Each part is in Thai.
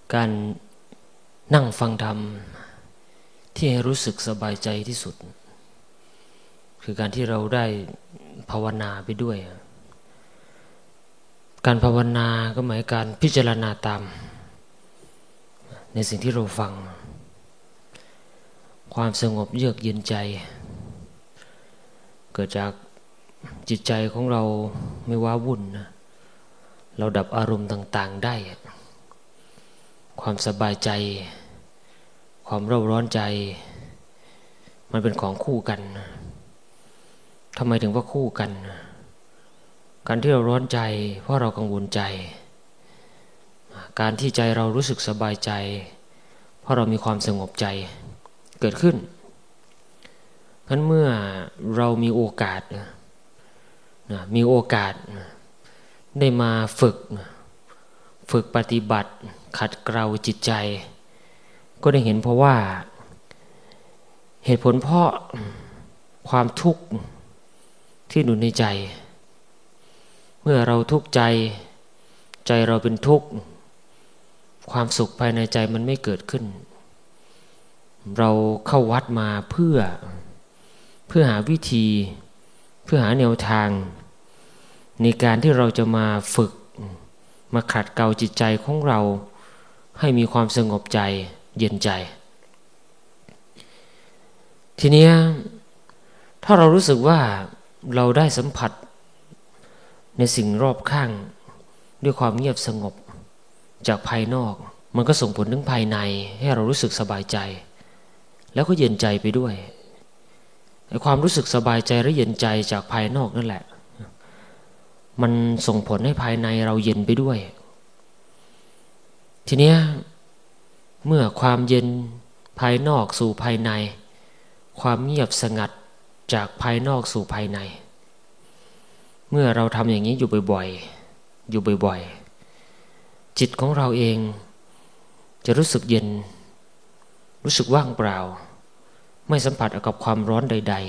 การนั่งฟังธรรมที่ให้รู้สึกสบายใจที่สุดคือการที่เราได้ภาวนาไปด้วยการภาวนาก็หมายการพิจารณาตามในสิ่งที่เราฟังความสงบเยือกเย็นใจเกิดจากจิตใจของเราไม่ว้าวุ่นนะเราดับอารมณ์ต่างๆได้ความสบายใจความเร่าร้อนใจมันเป็นของคู่กันทำไมถึงว่าคู่กันการที่เราร้อนใจเพราะเรากังวลใจการที่ใจเรารู้สึกสบายใจเพราะเรามีความสงบใจเกิดขึ้นงั้นเมื่อเรามีโอกาสได้มาฝึกปฏิบัติขัดเกลาจิตใจก็ได้เห็นเพราะว่าเหตุผลเพราะความทุกข์ที่อยู่ในใจเมื่อเราทุกข์ใจเราเป็นทุกข์ความสุขภายในใจมันไม่เกิดขึ้นเราเข้าวัดมาเพื่อหาวิธีเพื่อหาแนวทางในการที่เราจะมาฝึกมาขัดเกลาจิตใจของเราให้มีความสงบใจเย็นใจทีนี้ถ้าเรารู้สึกว่าเราได้สัมผัสในสิ่งรอบข้างด้วยความเงียบสงบจากภายนอกมันก็ส่งผลถึงภายในให้เรารู้สึกสบายใจแล้วก็เย็นใจไปด้วยความรู้สึกสบายใจและเย็นใจจากภายนอกนั่นแหละมันส่งผลให้ภายในเราเย็นไปด้วยทีนี้เมื่อความเย็นภายนอกสู่ภายในความเงียบสงัดจากภายนอกสู่ภายในเมื่อเราทำอย่างนี้อยู่บ่อยๆจิตของเราเองจะรู้สึกเย็นรู้สึกว่างเปล่าไม่สัมผัสกับความร้อนใด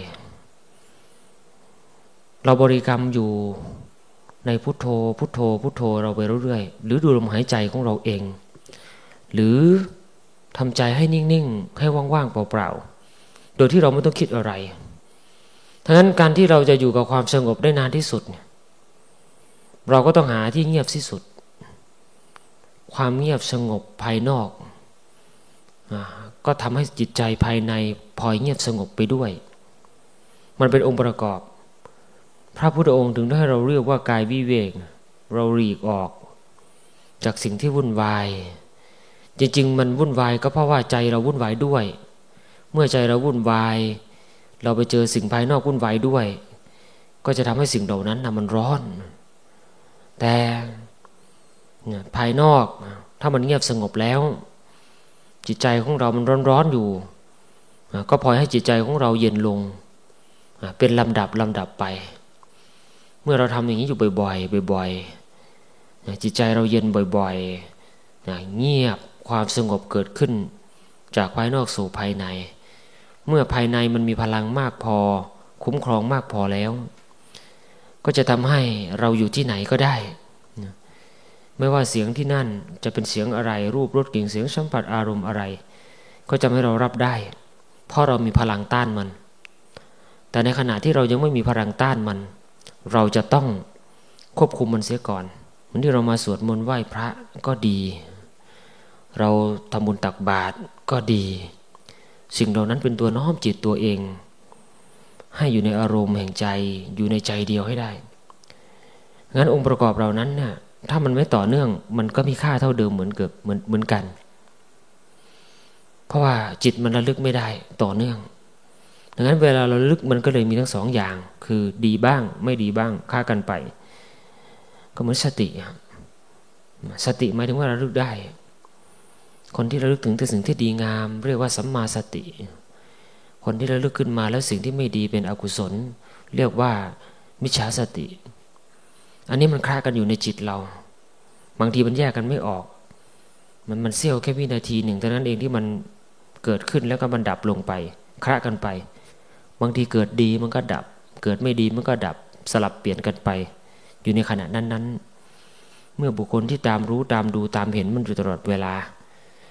ๆเราบริกรรมอยู่ในพุทโธพุทโธพุทโธเราไปเรื่อยๆหรือดูลมหายใจของเราเองหรือทำใจให้นิ่งๆให้ว่างๆเปล่าๆโดยที่เราไม่ต้องคิดอะไรทั้งนั้นการที่เราจะอยู่กับความสงบได้นานที่สุดเราก็ต้องหาที่เงียบที่สุดความเงียบสงบภายนอกก็ทำให้จิตใจภายในพลอยเงียบสงบไปด้วยมันเป็นองค์ประกอบพระพุทธองค์ถึงได้ให้เราเรียกว่ากายวิเวกเราหลีกออกจากสิ่งที่วุ่นวายจริงๆมันวุ่นวายก็เพราะว่าใจเราวุ่นวายด้วยเมื่อใจเราวุ่นวายเราไปเจอสิ่งภายนอกวุ่นวายด้วยก็จะทำให้สิ่งเหล่านั้นมันร้อนแต่ภายนอกถ้ามันเงียบสงบแล้วจิตใจของเรามันร้อนๆอยู่ก็พลอยให้จิตใจของเราเย็นลงเป็นลำดับไปเมื่อเราทำอย่างนี้อยู่บ่อยๆจิตใจเราเย็นบ่อยๆเงียบความสงบเกิดขึ้นจากภายนอกสู่ภายในเมื่อภายในมันมีพลังมากพอคุ้มครองมากพอแล้วก็จะทำให้เราอยู่ที่ไหนก็ได้ไม่ว่าเสียงที่นั่นจะเป็นเสียงอะไรรูปรสกลิ่นเสียงสัมผัสอารมณ์อะไรก็จะให้เรารับได้เพราะเรามีพลังต้านมันแต่ในขณะที่เรายังไม่มีพลังต้านมันเราจะต้องควบคุมมันเสียก่อนเหมือนที่เรามาสวดมนต์ไหว้พระก็ดีเราทำบุญตักบาตรก็ดีสิ่งเหล่านั้นเป็นตัวน้อมจิตตัวเองให้อยู่ในอารมณ์แห่งใจอยู่ในใจเดียวให้ได้งั้นองค์ประกอบเหล่านั้นเนี่ยถ้ามันไม่ต่อเนื่องมันก็มีค่าเท่าเดิมเหมือนกันเพราะว่าจิตมันระลึกไม่ได้ต่อเนื่องดังนั้นเวลาเราระลึกมันก็เลยมีทั้งสองอย่างคือดีบ้างไม่ดีบ้างค่ากันไปก็เหมือนสติหมายถึงว่าระลึกได้คนที่ระลึกถึงแต่สิ่งที่ดีงามเรียกว่าสัมมาสติคนที่ระลึกขึ้นมาแล้วสิ่งที่ไม่ดีเป็นอกุศลเรียกว่ามิจฉาสติอันนี้มันคล้ากันอยู่ในจิตเราบางทีมันแยกกันไม่ออกมันเสี้ยวแค่วินาทีหนึ่งเท่านั้นเองที่มันเกิดขึ้นแล้วก็มันดับลงไปคล้ากันไปบางทีเกิดดีมันก็ดับเกิดไม่ดีมันก็ดับสลับเปลี่ยนกันไปอยู่ในขณะนั้นๆเมื่อบุคคลที่ตามรู้ตามดูตามเห็นมันอยู่ตลอดเวลา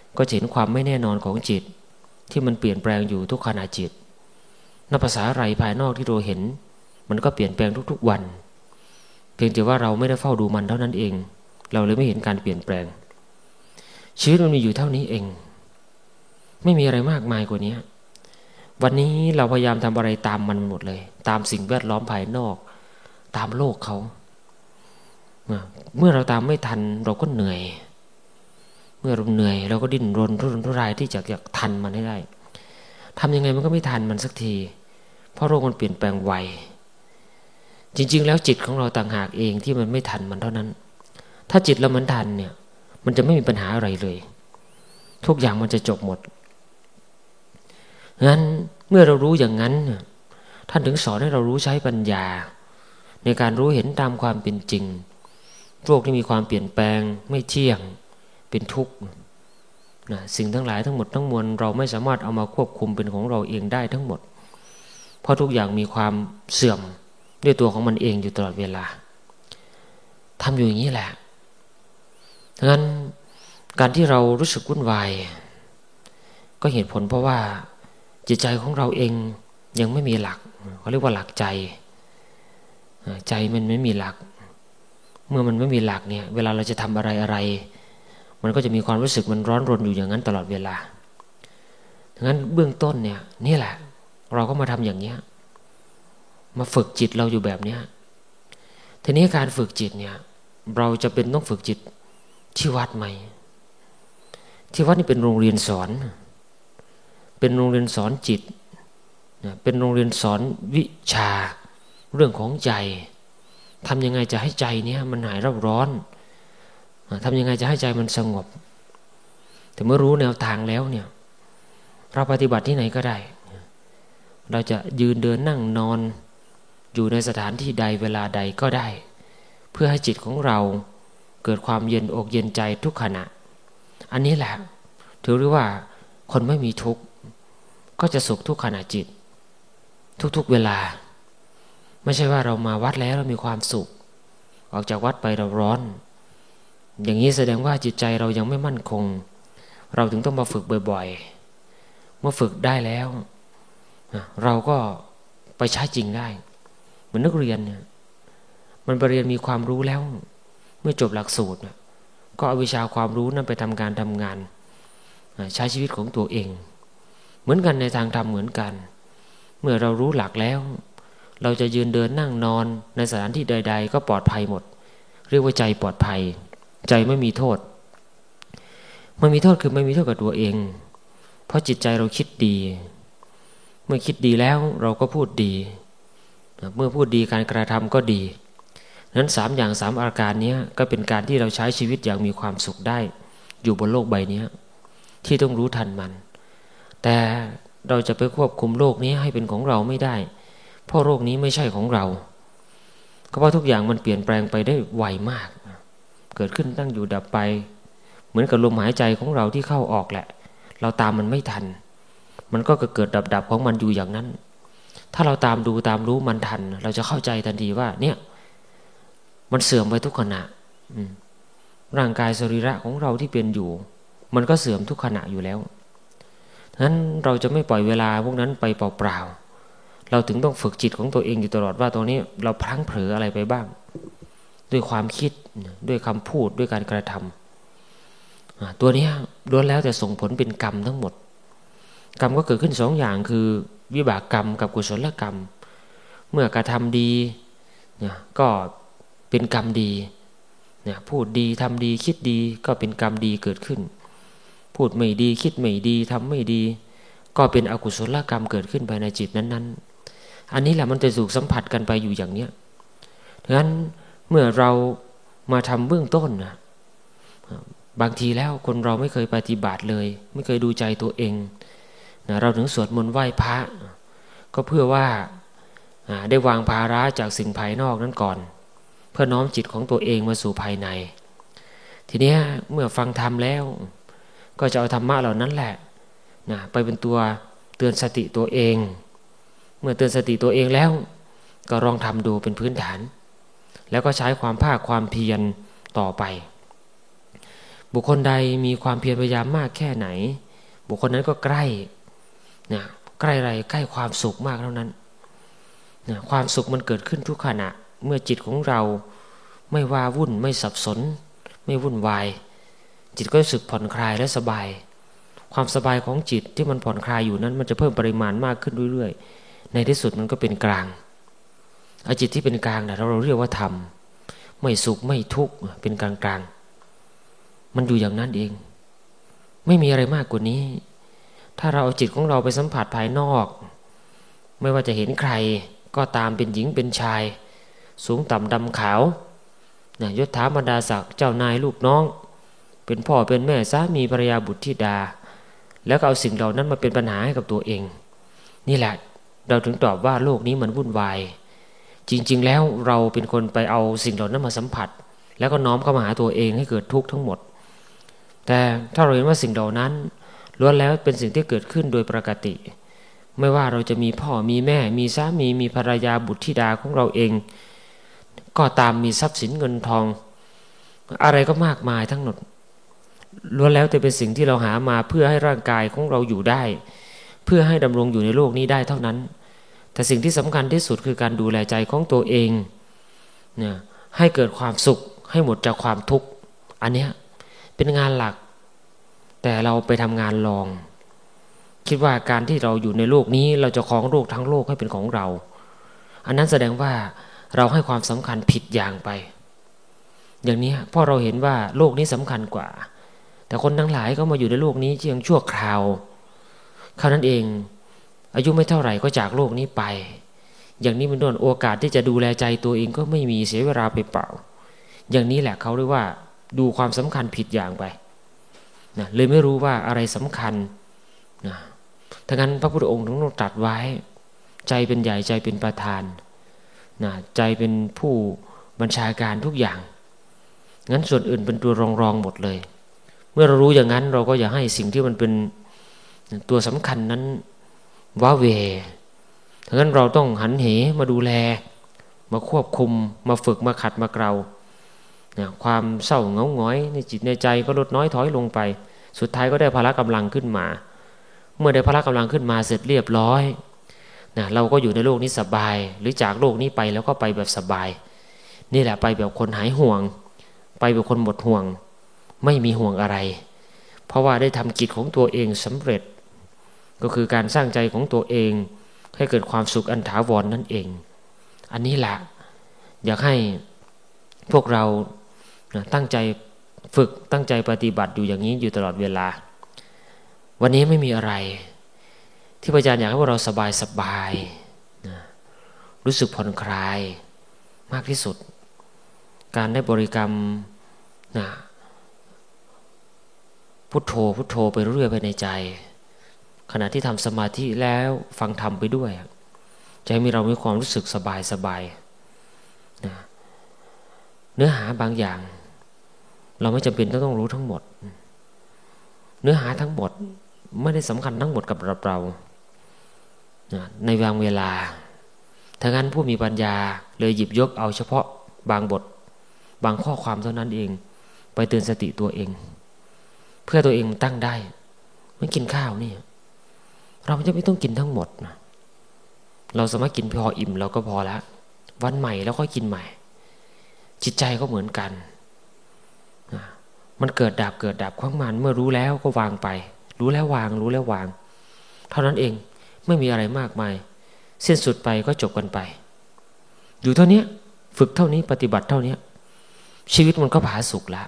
ก็จะเห็นความไม่แน่นอนของจิตที่มันเปลี่ยนแปลงอยู่ทุกขณะจิตนับภาษาอะไรภายนอกที่เราเห็นมันก็เปลี่ยนแปลงทุกๆวันเพียงแต่ว่าเราไม่ได้เฝ้าดูมันเท่านั้นเองเราเลยไม่เห็นการเปลี่ยนแปลงชีวิตมันมีอยู่เท่านี้เองไม่มีอะไรมากมายกว่านี้วันนี้เราพยายามทำอะไรตามมันหมดเลยตามสิ่งแวดล้อมภายนอกตามโลกเขาเมื่อเราตามไม่ทันเราก็เหนื่อยเมื่อเราเหนื่อยเราก็ดิ้นรนทุรายที่จะทันมันให้ได้ทำยังไงมันก็ไม่ทันมันสักทีเพราะโลกมันเปลี่ยนแปลงไวจริงๆแล้วจิตของเราต่างหากเองที่มันไม่ทันมันเท่านั้นถ้าจิตเรามันทันเนี่ยมันจะไม่มีปัญหาอะไรเลยทุกอย่างมันจะจบหมดงั้นเมื่อเรารู้อย่างนั้นท่านถึงสอนให้เรารู้ใช้ปัญญาในการรู้เห็นตามความเป็นจริงโลกที่มีความเปลี่ยนแปลงไม่เที่ยงเป็นทุกข์นะสิ่งทั้งหลายทั้งหมดทั้งมวลเราไม่สามารถเอามาควบคุมเป็นของเราเองได้ทั้งหมดเพราะทุกอย่างมีความเสื่อมด้วยตัวของมันเองอยู่ตลอดเวลาทำอยู่อย่างนี้แหละงั้นการที่เรารู้สึกวุ่นวายก็เหตุผลเพราะว่าจิตใจของเราเองยังไม่มีหลักเขาเรียกว่าหลักใจใจมันไม่มีหลักเมื่อมันไม่มีหลักเนี่ยเวลาเราจะทำอะไรมันก็จะมีความรู้สึกมันร้อนรนอยู่อย่างนั้นตลอดเวลางั้นเบื้องต้นเนี่ยนี่แหละเราก็มาทำอย่างนี้มาฝึกจิตเราอยู่แบบนี้ทีนี้การฝึกจิตเนี่ยเราจะเป็นต้องฝึกจิตที่วัดไหมที่วัดนี่เป็นโรงเรียนสอนเป็นโรงเรียนสอนจิตเป็นโรงเรียนสอนวิชาเรื่องของใจทำยังไงจะให้ใจเนี่ยมันหายร้อนทำยังไงจะให้ใจมันสงบแต่เมื่อรู้แนวทางแล้วเนี่ยเราปฏิบัติที่ไหนก็ได้เราจะยืนเดินนั่งนอนอยู่ในสถานที่ใดเวลาใดก็ได้เพื่อให้จิตของเราเกิดความเย็นอกเย็นใจทุกขณะอันนี้แหละถือว่าคนไม่มีทุกข์ก็จะสุขทุกขณะจิตทุกๆเวลาไม่ใช่ว่าเรามาวัดแล้วเรามีความสุขออกจากวัดไปเราร้อนอย่างนี้แสดงว่าจิตใจเรายังไม่มั่นคงเราถึงต้องมาฝึกบ่อยๆเมื่อฝึกได้แล้วเราก็ไปใช้จริงได้เหมือนนักเรียนเนี่ยมันไปเรียนมีความรู้แล้วเมื่อจบหลักสูตรก็เอาวิชาความรู้นั้นไปทำการทำงานใช้ชีวิตของตัวเองเหมือนกันในทางธรรมเหมือนกันเมื่อเรารู้หลักแล้วเราจะยืนเดินนั่งนอนในสถานที่ใดๆก็ปลอดภัยหมดเรียกว่าใจปลอดภัยใจไม่มีโทษไม่มีโทษคือไม่มีโทษกับตัวเองเพราะจิตใจเราคิดดีเมื่อคิดดีแล้วเราก็พูดดีเมื่อพูดดีการกระทำก็ดีนั้น3อย่าง3อาการนี้ก็เป็นการที่เราใช้ชีวิตอย่างมีความสุขได้อยู่บนโลกใบนี้ที่ต้องรู้ทันมันแต่เราจะไปควบคุมโลกนี้ให้เป็นของเราไม่ได้เพราะโลกนี้ไม่ใช่ของเราก็เพราะทุกอย่างมันเปลี่ยนแปลงไปได้ไวมากเกิดขึ้นตั้งอยู่ดับไปเหมือนกับลมหายใจของเราที่เข้าออกแหละเราตามมันไม่ทันมันก็เกิดดับของมันอยู่อย่างนั้นถ้าเราตามดูตามรู้มันทันเราจะเข้าใจทันทีว่าเนี่ยมันเสื่อมไปทุกขณะร่างกายสรีระของเราที่เป็นอยู่มันก็เสื่อมทุกขณะอยู่แล้วงั้นเราจะไม่ปล่อยเวลาพวกนั้นไปเปล่าๆเราถึงต้องฝึกจิตของตัวเองอยู่ตลอดว่าตรงนี้เราพลั้งเผลออะไรไปบ้างด้วยความคิดด้วยคำพูดด้วยการกระทำตัวนี้ล้วนแล้วแต่ส่งผลเป็นกรรมทั้งหมดกรรมก็เกิดขึ้น2อย่างคือวิบากกรรมกับกุศลกรรมเมื่อกระทำดีเนี่ยก็เป็นกรรมดีเนี่ยพูดดีทำดีคิดดีก็เป็นกรรมดีเกิดขึ้นพูดไม่ดีคิดไม่ดีทำไม่ดีก็เป็นอกุศลกรรมเกิดขึ้นภายในจิตนั้นๆอันนี้แหละมันจะถูกสัมผัสกันไปอยู่อย่างเนี้ยดังนั้นเมื่อเรามาทำเบื้องต้นนะบางทีแล้วคนเราไม่เคยปฏิบัติเลยไม่เคยดูใจตัวเองนะเราถึงสวดมนต์ไหว้พระก็เพื่อว่าได้วางภาระจากสิ่งภายนอกนั้นก่อนเพื่อน้อมจิตของตัวเองมาสู่ภายในทีนี้เมื่อฟังธรรมแล้วก็จะเอาธรรมะเหล่านั้นแหละนะไปเป็นตัวเตือนสติตัวเองเมื่อเตือนสติตัวเองแล้วก็ลองทำดูเป็นพื้นฐานแล้วก็ใช้ความภาคความเพียรต่อไปบุคคลใดมีความเพียรพยายามมากแค่ไหนบุคคลนั้นก็ใกล้นะใกล้อะไรใกล้ความสุขมากเท่านั้นนะความสุขมันเกิดขึ้นทุกขณะเมื่อจิตของเราไม่ว้าวุ่นไม่สับสนไม่วุ่นวายจิตก็รู้สึกผ่อนคลายและสบายความสบายของจิตที่มันผ่อนคลายอยู่นั้นมันจะเพิ่มปริมาณมากขึ้นเรื่อยๆในที่สุดมันก็เป็นกลางจิตที่เป็นกลางนะเราเรียกว่าธรรมไม่สุขไม่ทุกข์เป็นกลางๆมันอยู่อย่างนั้นเองไม่มีอะไรมากกว่านี้ถ้าเราเอาจิตของเราไปสัมผัสภายนอกไม่ว่าจะเห็นใครก็ตามเป็นหญิงเป็นชายสูงต่ำดำขาวยศถาบรรดาศักดิ์เจ้านายลูกน้องเป็นพ่อเป็นแม่สามีภรรยาบุตรธิดาแล้วก็เอาสิ่งเหล่านั้นมาเป็นปัญหาให้กับตัวเองนี่แหละเราถึงตอบว่าโลกนี้มันวุ่นวายจริงๆแล้วเราเป็นคนไปเอาสิ่งเหล่านั้นมาสัมผัสแล้วก็น้อมเข้ามาหาตัวเองให้เกิดทุกข์ทั้งหมดแต่ถ้าเราเห็นว่าสิ่งเหล่านั้นล้วนแล้วเป็นสิ่งที่เกิดขึ้นโดยปกติไม่ว่าเราจะมีพ่อมีแม่มีสามีมีภรรยาบุตรธิดาของเราเองก็ตามมีทรัพย์สินเงินทองอะไรก็มากมายทั้งหมดล้วนแล้วแต่เป็นสิ่งที่เราหามาเพื่อให้ร่างกายของเราอยู่ได้เพื่อให้ดำรงอยู่ในโลกนี้ได้เท่านั้นแต่สิ่งที่สำคัญที่สุดคือการดูแลใจของตัวเองเนี่ยให้เกิดความสุขให้หมดจากความทุกข์อันนี้เป็นงานหลักแต่เราไปทำงานรองคิดว่าการที่เราอยู่ในโลกนี้เราจะครองโลกทั้งโลกให้เป็นของเราอันนั้นแสดงว่าเราให้ความสำคัญผิดอย่างไปอย่างนี้เพราะเราเห็นว่าโลกนี้สำคัญกว่าแต่คนทั้งหลายก็มาอยู่ในโลกนี้เพียงชั่วคราวเท่านั้นเองอายุไม่เท่าไหร่ก็จากโลกนี้ไปอย่างนี้เป็นต้นโอกาสที่จะดูแลใจตัวเองก็ไม่มีเสียเวลาไปเปล่าอย่างนี้แหละเขาเรียกว่าดูความสำคัญผิดอย่างไปนะเลยไม่รู้ว่าอะไรสำคัญนะทั้งนั้นพระพุทธองค์ต้องตรัสไว้ใจเป็นใหญ่ใจเป็นประธานนะใจเป็นผู้บัญชาการทุกอย่างงั้นส่วนอื่นเป็นตัวรองหมดเลยเมื่อเรารู้อย่างนั้นเราก็อย่าให้สิ่งที่มันเป็นตัวสำคัญนั้นว้าเหวทั้งนั้นเราต้องหันเหมาดูแลมาควบคุมมาฝึกมาขัดมาเกลาความเศร้าเหงาหงอยในจิตในใจก็ลดน้อยถอยลงไปสุดท้ายก็ได้พละกำลังขึ้นมาเมื่อได้พละกำลังขึ้นมาเสร็จเรียบร้อยเราก็อยู่ในโลกนี้สบายหรือจากโลกนี้ไปแล้วก็ไปแบบสบายนี่แหละไปแบบคนหายห่วงไปแบบคนหมดห่วงไม่มีห่วงอะไรเพราะว่าได้ทำกิจของตัวเองสำเร็จก็คือการสร้างใจของตัวเองให้เกิดความสุขอันถาวร นั่นเองอันนี้แหละอยากให้พวกเราตั้งใจฝึกตั้งใจปฏิบัติอยู่อย่างนี้อยู่ตลอดเวลาวันนี้ไม่มีอะไรที่พระอาจารย์อยากให้พวกเราสบายรู้สึกผ่อนคลายมากที่สุดการได้บริกรรมพุทโธพุทโธไปเรื่อยๆไปในใจขณะที่ทำสมาธิแล้วฟังธรรมไปด้วยจะให้เรามีความรู้สึกสบายเนื้อหาบางอย่างเราไม่จำเป็นต้องรู้ทั้งหมดเนื้อหาทั้งหมดไม่ได้สำคัญทั้งหมดกับเราในบางเวลาถ้างั้นผู้มีปัญญาเลยหยิบยกเอาเฉพาะบางบทบางข้อความเท่านั้นเองไปเตือนสติตัวเองเพื่อตัวเองตั้งได้ไม่กินข้าวนี่เราจะไม่ต้องกินทั้งหมดนะเราสามารถกินพออิ่มเราก็พอแล้ววันใหม่แล้วค่อยกินใหม่จิตใจก็เหมือนกันมันเกิดดับของมันเมื่อรู้แล้วก็วางไปรู้แล้ววางรู้แล้ววางเท่านั้นเองไม่มีอะไรมากมายสิ้นสุดไปก็จบกันไปอยู่เท่านี้ฝึกเท่านี้ปฏิบัติเท่านี้ชีวิตมันก็ผาสุกแล้ว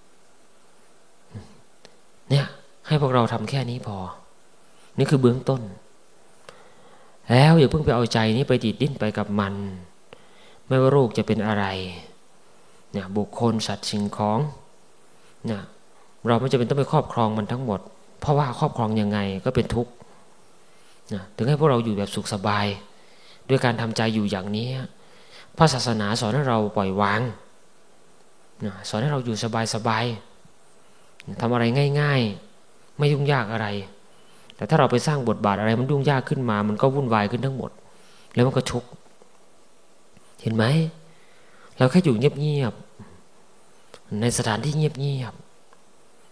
เนี่ยให้พวกเราทำแค่นี้พอนี่คือเบื้องต้นแล้วอย่าเพิ่งไปเอาใจนี้ไปติดดิ้นไปกับมันไม่ว่าโรคจะเป็นอะไรเนี่ยบุคคลสัตว์สิ่งของเนี่ยเราไม่จำเป็นต้องไปครอบครองมันทั้งหมดเพราะว่าครอบครองยังไงก็เป็นทุกข์ถึงให้พวกเราอยู่แบบสุขสบายด้วยการทำใจอยู่อย่างนี้พระศาสนาสอนให้เราปล่อยวางสอนให้เราอยู่สบายทำอะไรง่ายๆไม่ยุ่งยากอะไรแต่ถ้าเราไปสร้างบทบาทอะไรมันยุ่งยากขึ้นมามันก็วุ่นวายขึ้นทั้งหมดแล้วมันก็ทุกข์เห็นไหมเราแค่อยู่เงียบๆในสถานที่เงียบ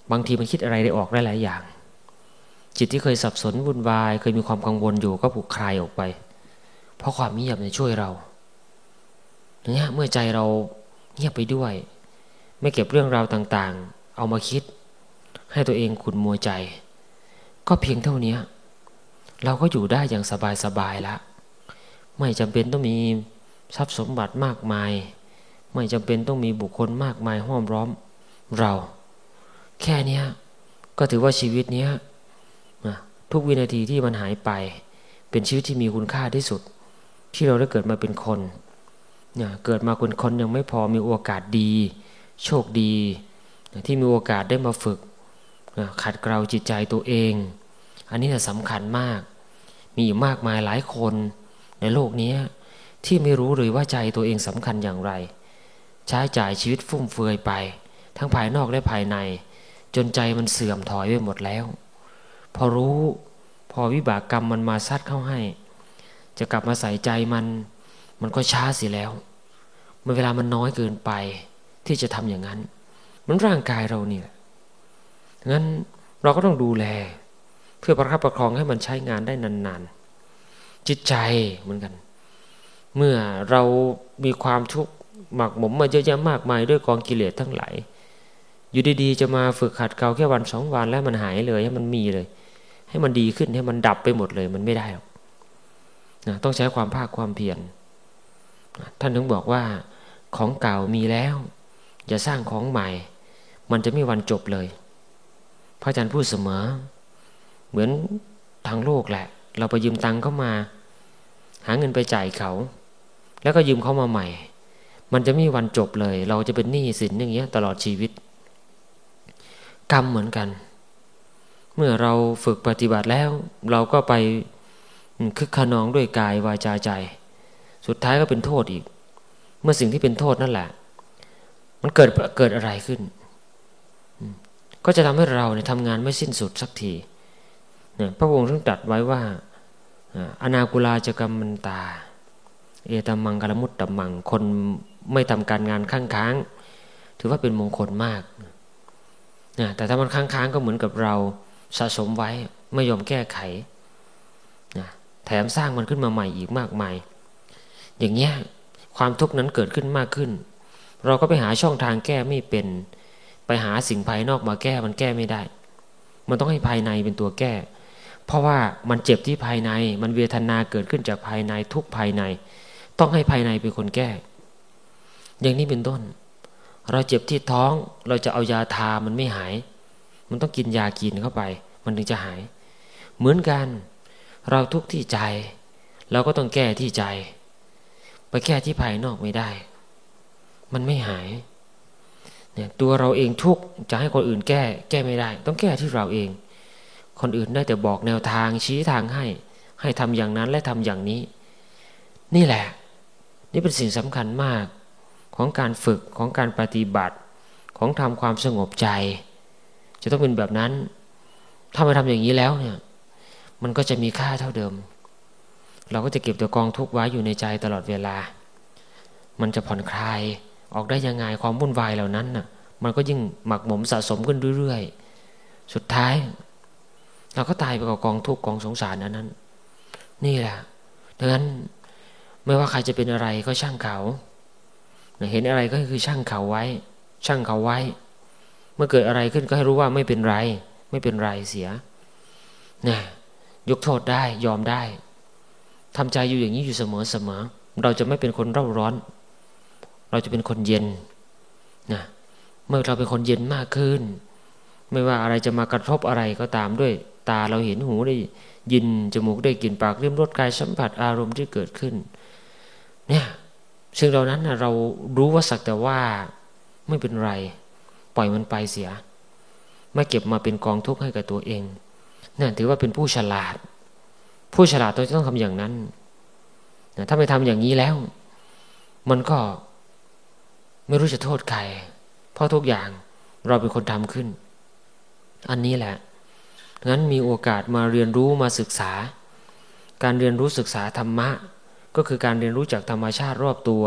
บางทีมันคิดอะไรได้ออกได้หลายอย่างจิตที่เคยสับสนวุ่นวายเคยมีความกังวลอยู่ก็ผูกคลายออกไปเพราะความเงียบเนี่ยช่วยเราเนี่ยเมื่อใจเราเงียบไปด้วยไม่เก็บเรื่องราวต่างๆเอามาคิดให้ตัวเองขุ่นมัวใจก็เพียงเท่านี้เราก็อยู่ได้อย่างสบายๆละไม่จำเป็นต้องมีทรัพย์สมบัติมากมายไม่จำเป็นต้องมีบุคคลมากมายห้อมล้อมเราแค่นี้ก็ถือว่าชีวิตนี้ทุกวินาทีที่มันหายไปเป็นชีวิตที่มีคุณค่าที่สุดที่เราได้เกิดมาเป็นคนเกิดมาเป็นคนยังไม่พอมีโอกาสดีโชคดีที่มีโอกาสได้มาฝึกขัดเกลาจิตใจตัวเองอันนี้สำคัญมากมีมากมายหลายคนในโลกนี้ที่ไม่รู้เลยว่าใจตัวเองสำคัญอย่างไรใช้จ่ายชีวิตฟุ่มเฟือยไปทั้งภายนอกและภายในจนใจมันเสื่อมถอยไปหมดแล้วพอรู้พอวิบากกรรมมันมาซัดเข้าให้จะกลับมาใส่ใจมันก็ช้าเสียแล้วเวลามันน้อยเกินไปที่จะทำอย่างนั้นมันร่างกายเราเนี่ยงั้นเราก็ต้องดูแลเพื่อประคับประคองให้มันใช้งานได้นานๆจิตใจเหมือนกันเมื่อเรามีความทุกข์หมักหมมมาเยอะแยะมากมายด้วยกองกิเลสทั้งหลายอยู่ดีๆจะมาฝึกขัดเกลาแค่วัน2 วันแล้วมันหายเลยให้มันมีเลยให้มันดีขึ้นให้มันดับไปหมดเลยมันไม่ได้หรอกต้องใช้ความภาคความเพียรท่านถึงบอกว่าของเก่ามีแล้วอย่าสร้างของใหม่มันจะไม่มีวันจบเลยพระอาจารย์พูดเสมอเหมือนทางโลกแหละเราไปยืมตังค์เขามาหาเงินไปจ่ายเขาแล้วก็ยืมเขามาใหม่มันจะไม่มีวันจบเลยเราจะเป็นหนี้สินอย่างเงี้ยตลอดชีวิตกรรมเหมือนกันเมื่อเราฝึกปฏิบัติแล้วเราก็ไปคึกขนองด้วยกายวาจาใจสุดท้ายก็เป็นโทษอีกเมื่อสิ่งที่เป็นโทษนั่นแหละมันเกิดอะไรขึ้นก็จะทำให้เราเนี่ยทำงานไม่สิ้นสุดสักทีพระองค์ทรงตรัสไว้ว่าอนาคุลาจกรรมันตาเอตัมมังกลมุตตัมมังคนไม่ทำการงานค้างถือว่าเป็นมงคลมากแต่ถ้ามันค้างก็เหมือนกับเราสะสมไว้ไม่ยอมแก้ไขแถมสร้างมันขึ้นมาใหม่อีกมากมายอย่างเงี้ยความทุกข์นั้นเกิดขึ้นมากขึ้นเราก็ไปหาช่องทางแก้ไม่เป็นไปหาสิ่งภายนอกมาแก้มันแก้ไม่ได้มันต้องให้ภายในเป็นตัวแก้เพราะว่ามันเจ็บที่ภายในมันเวทนาเกิดขึ้นจากภายในทุกภายในต้องให้ภายในเป็นคนแก้อย่างนี้เป็นต้นเราเจ็บที่ท้องเราจะเอายาทามันไม่หายมันต้องกินยากินเข้าไปมันถึงจะหายเหมือนกันเราทุกข์ที่ใจเราก็ต้องแก้ที่ใจไปแก้ที่ภายนอกไม่ได้มันไม่หายเนี่ยตัวเราเองทุกข์จะให้คนอื่นแก้ไม่ได้ต้องแก้ที่เราเองคนอื่นได้แต่บอกแนวทางชี้ทางให้ทำอย่างนั้นและทำอย่างนี้นี่แหละนี่เป็นสิ่งสำคัญมากของการฝึกของการปฏิบัติของทำความสงบใจจะต้องเป็นแบบนั้นถ้ามาทำอย่างนี้แล้วเนี่ยมันก็จะมีค่าเท่าเดิมเราก็จะเก็บตัวกองทุกข์ไว้อยู่ในใจตลอดเวลามันจะผ่อนคลายออกได้ยังไงความวุ่นวายเหล่านั้นน่ะมันก็ยิ่งหมักหมมสะสมขึ้นเรื่อยๆสุดท้ายเราก็ตายไปกับกองทุกข์กองสงสารนั้นนี่แหละดังนั้นไม่ว่าใครจะเป็นอะไรก็ช่างเขาเห็นอะไรก็คือช่างเขาไว้ช่างเขาไว้เมื่อเกิดอะไรขึ้นก็ให้รู้ว่าไม่เป็นไรไม่เป็นไรเสียนะยกโทษได้ยอมได้ทำใจอยู่อย่างนี้อยู่เสมอเราจะไม่เป็นคนเร่าร้อนเราจะเป็นคนเย็นนะเมื่อเราเป็นคนเย็นมากขึ้นไม่ว่าอะไรจะมากระทบอะไรก็ตามด้วยตาเราเห็นหูได้ยินจมูกได้กลิ่นปากลิ้มรสกายสัมผัสอารมณ์ที่เกิดขึ้นเนี่ยซึ่งเหล่านั้นเรารู้ว่าสักแต่ว่าไม่เป็นไรปล่อยมันไปเสียไม่เก็บมาเป็นกองทุกข์ให้กับตัวเองนั่นถือว่าเป็นผู้ฉลาดต้องทำอย่างนั้นถ้าไม่ทำอย่างนี้แล้วมันก็ไม่รู้จะโทษใครเพราะทุกอย่างเราเป็นคนทำขึ้นอันนี้แหละงั้นมีโอกาสมาเรียนรู้มาศึกษาการเรียนรู้ศึกษาธรรมะก็คือการเรียนรู้จากธรรมชาติรอบตัว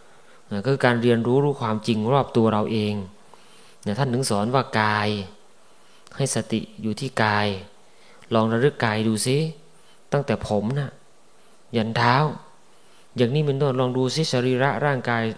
ก็คือการเรียนรู้ความจริงรอบตัวเราเองท่านถึงสอนว่ากายให้สติอยู่ที่กายลองระลึกกายดูซิตั้งแต่ผมนะยันเท้าอย่างนี้เป็นต้นลองดูซิสรีระร่างกาย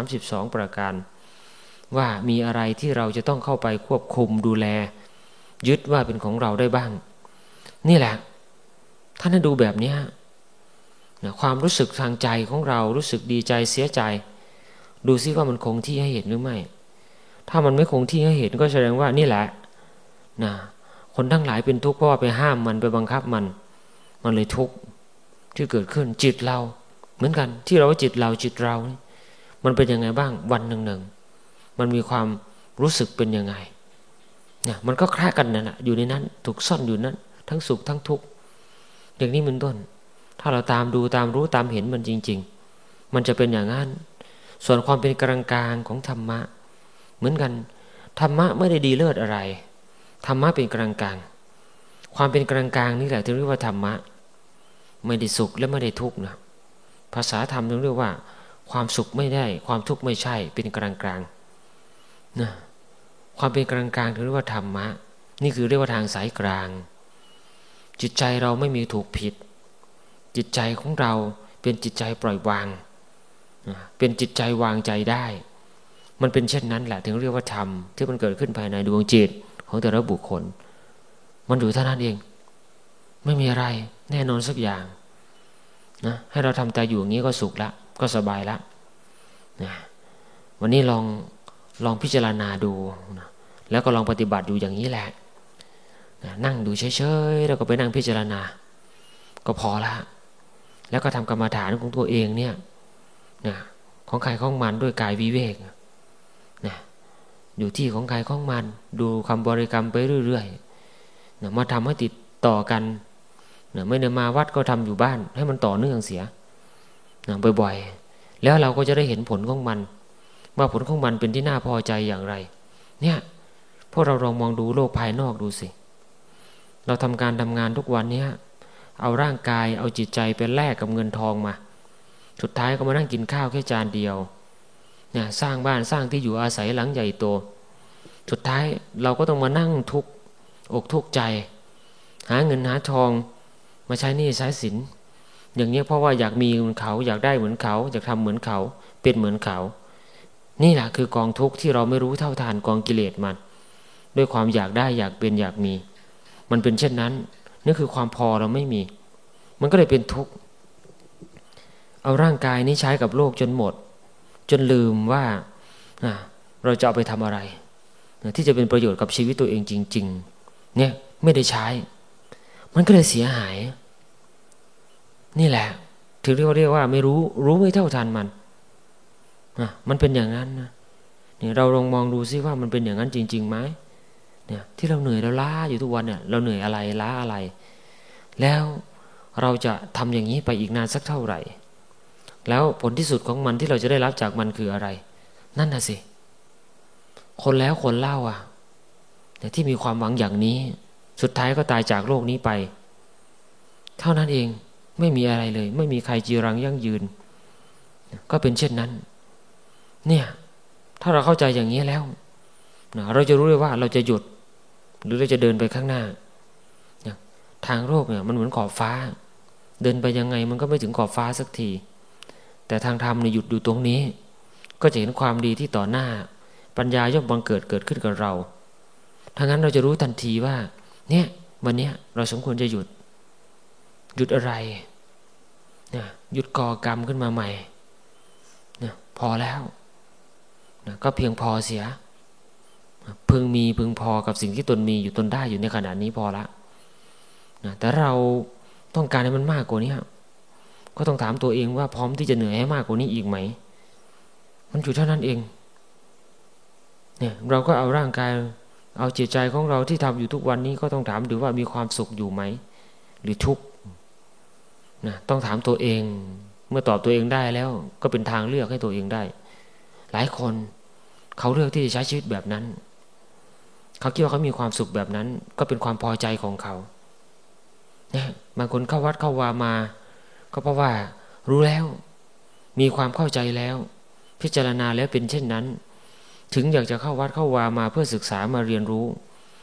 32ประการว่ามีอะไรที่เราจะต้องเข้าไปควบคุมดูแลยึดว่าเป็นของเราได้บ้างนี่แหละท่านให้ดูแบบนี้นะความรู้สึกทางใจของเรารู้สึกดีใจเสียใจดูซิว่ามันคงที่ให้เห็นหรือไม่ถ้ามันไม่คงที่ให้เห็นก็แสดงว่านี่แหละนะคนทั้งหลายเป็นทุกข์เพราะว่าไปห้ามมันไปบังคับมันเลยทุกข์ที่เกิดขึ้นจิตเราเหมือนกันที่เราว่าจิตเรามันเป็นยังไงบ้างวันหนึ่งมันมีความรู้สึกเป็นยังไงเนี่ยมันก็คล้ายกันนั่นแหละอยู่ในนั้นถูกซ่อนอยู่นั้นทั้งสุขทั้งทุกข์อย่างนี้เป็นต้นถ้าเราตามดูตามรู้ตามเห็นมันจริงๆมันจะเป็นอย่างนั้นส่วนความเป็นกลางๆของธรรมะเหมือนกันธรรมะไม่ได้ดีเลิศอะไรธรรมะเป็นกลางๆความเป็นกลางๆนี่แหละที่เรียกว่าธรรมะไม่ได้สุขและไม่ได้ทุกข์นะภาษาธรรมเรียกว่าความสุขไม่ได้ความทุกข์ไม่ใช่เป็นกลางๆนะความเป็นกลางๆเรียกว่าธรรมะนี่คือเรียกว่าทางสายกลางจิตใจเราไม่มีถูกผิดจิตใจของเราเป็นจิตใจปล่อยวางเป็นจิตใจวางใจได้มันเป็นเช่นนั้นแหละถึงเรียกว่าธรรมที่มันเกิดขึ้นภายในดวงจิตของแต่ละบุคคลมันอยู่เท่านั้นเองไม่มีอะไรแน่นอนสักอย่างนะให้เราทำใจอยู่อย่างนี้ก็สุขละก็สบายละนะวันนี้ลองพิจารณาดูนะแล้วก็ลองปฏิบัติอยู่อย่างนี้แหละนะนั่งดูเฉยๆแล้วก็ไปนั่งพิจารณาก็พอละแล้วก็ทำกรรมฐานของตัวเองเนี่ยนะของใครของมันด้วยกายวิเวกนะอยู่ที่ของใครของมันดูคำบริกรรมไปเรื่อยๆนะมาทำให้ติดต่อกันนะไม่ได้มาวัดก็ทำอยู่บ้านให้มันต่อเนื่องเสียนะบ่อยๆแล้วเราก็จะได้เห็นผลของมันว่าผลของมันเป็นที่น่าพอใจอย่างไรเนี่ยพวกเราลองมองดูโลกภายนอกดูสิเราทำงานทุกวันนี้เอาร่างกายเอาจิตใจไปแลกกับเงินทองมาสุดท้ายก็มานั่งกินข้าวแค่จานเดียวเนี่ยสร้างบ้านสร้างที่อยู่อาศัยหลังใหญ่โตสุดท้ายเราก็ต้องมานั่งทุกข์อกทุกข์ใจหาเงินหาทองมาใช้หนี้ใช้สินอย่างนี้เพราะว่าอยากมีเหมือนเขาอยากได้เหมือนเขาอยากทำเหมือนเขาเป็นเหมือนเขานี่แหละคือกองทุกข์ที่เราไม่รู้เท่าทานกองกิเลสมันด้วยความอยากได้อยากเป็นอยากมีมันเป็นเช่นนั้นนี่คือความพอเราไม่มีมันก็เลยเป็นทุกข์เอาร่างกายนี้ใช้กับโลกจนหมดจนลืมว่าเราจะเอาไปทำอะไรที่จะเป็นประโยชน์กับชีวิตตัวเองจริงๆเนี่ยไม่ได้ใช้มันก็เลยเสียหายนี่แหละถึงเรียกว่าไม่รู้ไม่เท่าทันมันเป็นอย่างนั้นนะเนี่ยเราลองมองดูซิว่ามันเป็นอย่างนั้นจริงๆไหมเนี่ยที่เราเหนื่อยเราล้าอยู่ทุกวันเนี่ยเราเหนื่อยอะไรล้าอะไรแล้วเราจะทำอย่างนี้ไปอีกนานสักเท่าไหร่แล้วผลที่สุดของมันที่เราจะได้รับจากมันคืออะไรนั่นน่ะสิคนแล้วคนเล่าเนี่ยที่มีความหวังอย่างนี้สุดท้ายก็ตายจากโลกนี้ไปเท่านั้นเองไม่มีอะไรเลยไม่มีใครจีรังยั่งยืนก็เป็นเช่นนั้นเนี่ยถ้าเราเข้าใจอย่างนี้แล้วเราจะรู้เลยว่าเราจะหยุดหรือเราจะเดินไปข้างหน้าทางโลกเนี่ยมันเหมือนขอบฟ้าเดินไปยังไงมันก็ไม่ถึงขอบฟ้าสักทีแต่ทางธรรมเนี่ยหยุดอยู่ตรงนี้ก็จะเห็นความดีที่ต่อหน้าปัญญาย่อมบังเกิดขึ้นกับเราถ้างั้นเราจะรู้ทันทีว่าเนี่ยวันนี้เราสมควรจะหยุดอะไรเนี่ยหยุดก่อกรรมขึ้นมาใหม่เนี่ยพอแล้วก็เพียงพอเสียพึงพอกับสิ่งที่ตนมีอยู่ตนได้อยู่ในขณะนี้พอละแต่เราต้องการให้มันมากกว่านี้ก็ต้องถามตัวเองว่าพร้อมที่จะเหนื่อยให้มากกว่านี้อีกไหมมันอยู่เท่านั้นเองเนี่ยเราก็เอาร่างกายเอาจิตใจของเราที่ทำอยู่ทุกวันนี้ก็ต้องถามดูว่ามีความสุขอยู่ไหมหรือทุกข์ต้องถามตัวเองเมื่อตอบตัวเองได้แล้วก็เป็นทางเลือกให้ตัวเองได้หลายคนเขาเลือกที่จะใช้ชีวิตแบบนั้นเขาคิดว่าเขามีความสุขแบบนั้นก็เป็นความพอใจของเขาเนี่ยบางคนเข้าวัดเข้าวามาก็เพราะว่ารู้แล้วมีความเข้าใจแล้วพิจารณาแล้วเป็นเช่นนั้นถึงอยากจะเข้าวัดเข้าวามาเพื่อศึกษามาเรียนรู้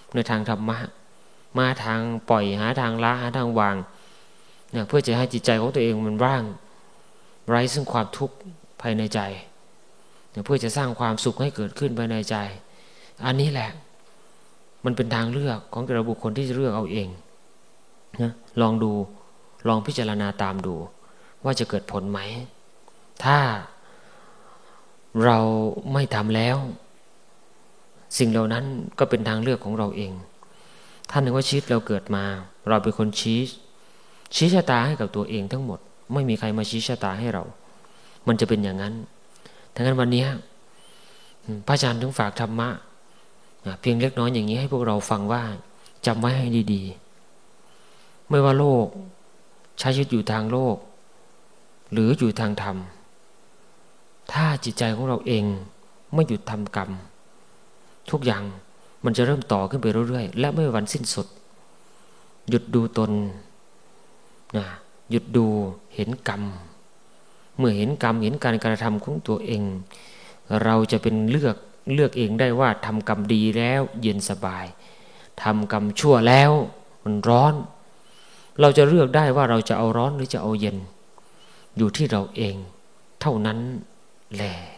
ในทางธรรมะมาทางปล่อยหาทางละหาทางวางเนี่ยเพื่อจะให้จิตใจของตัวเองมันว่างไร้ซึ่งความทุกข์ภายในใจเนี่ยเพื่อจะสร้างความสุขให้เกิดขึ้นภายในใจอันนี้แหละมันเป็นทางเลือกของแต่ละบุคคลที่จะเลือกเอาเองนะลองดูลองพิจารณาตามดูว่าจะเกิดผลไหมถ้าเราไม่ทำแล้วสิ่งเหล่านั้นก็เป็นทางเลือกของเราเองท่านนึกว่าชีวิตเราเกิดมาเราเป็นคนชี้ชะตาให้กับตัวเองทั้งหมดไม่มีใครมาชี้ชะตาให้เรามันจะเป็นอย่างนั้นทั้งนั้นวันนี้พระอาจารย์ถึงฝากธรรมะเพียงเล็กน้อยอย่างนี้ให้พวกเราฟังว่าจำไว้ให้ดีๆไม่ว่าโลกใช้ชีวิตอยู่ทางโลกหรืออยู่ทางธรรมถ้าจิตใจของเราเองไม่หยุดทำกรรมทุกอย่างมันจะเริ่มต่อขึ้นไปเรื่อยๆและไม่มีวันสิ้นสุดหยุดดูตนหยุดดูเห็นกรรมเมื่อเห็นกรรมเห็นการกระทำของตัวเองเราจะเป็นเลือกเองได้ว่าทำกรรมดีแล้วเย็นสบายทำกรรมชั่วแล้วมันร้อนเราจะเลือกได้ว่าเราจะเอาร้อนหรือจะเอาเย็นอยู่ที่เราเองเท่านั้นแหละ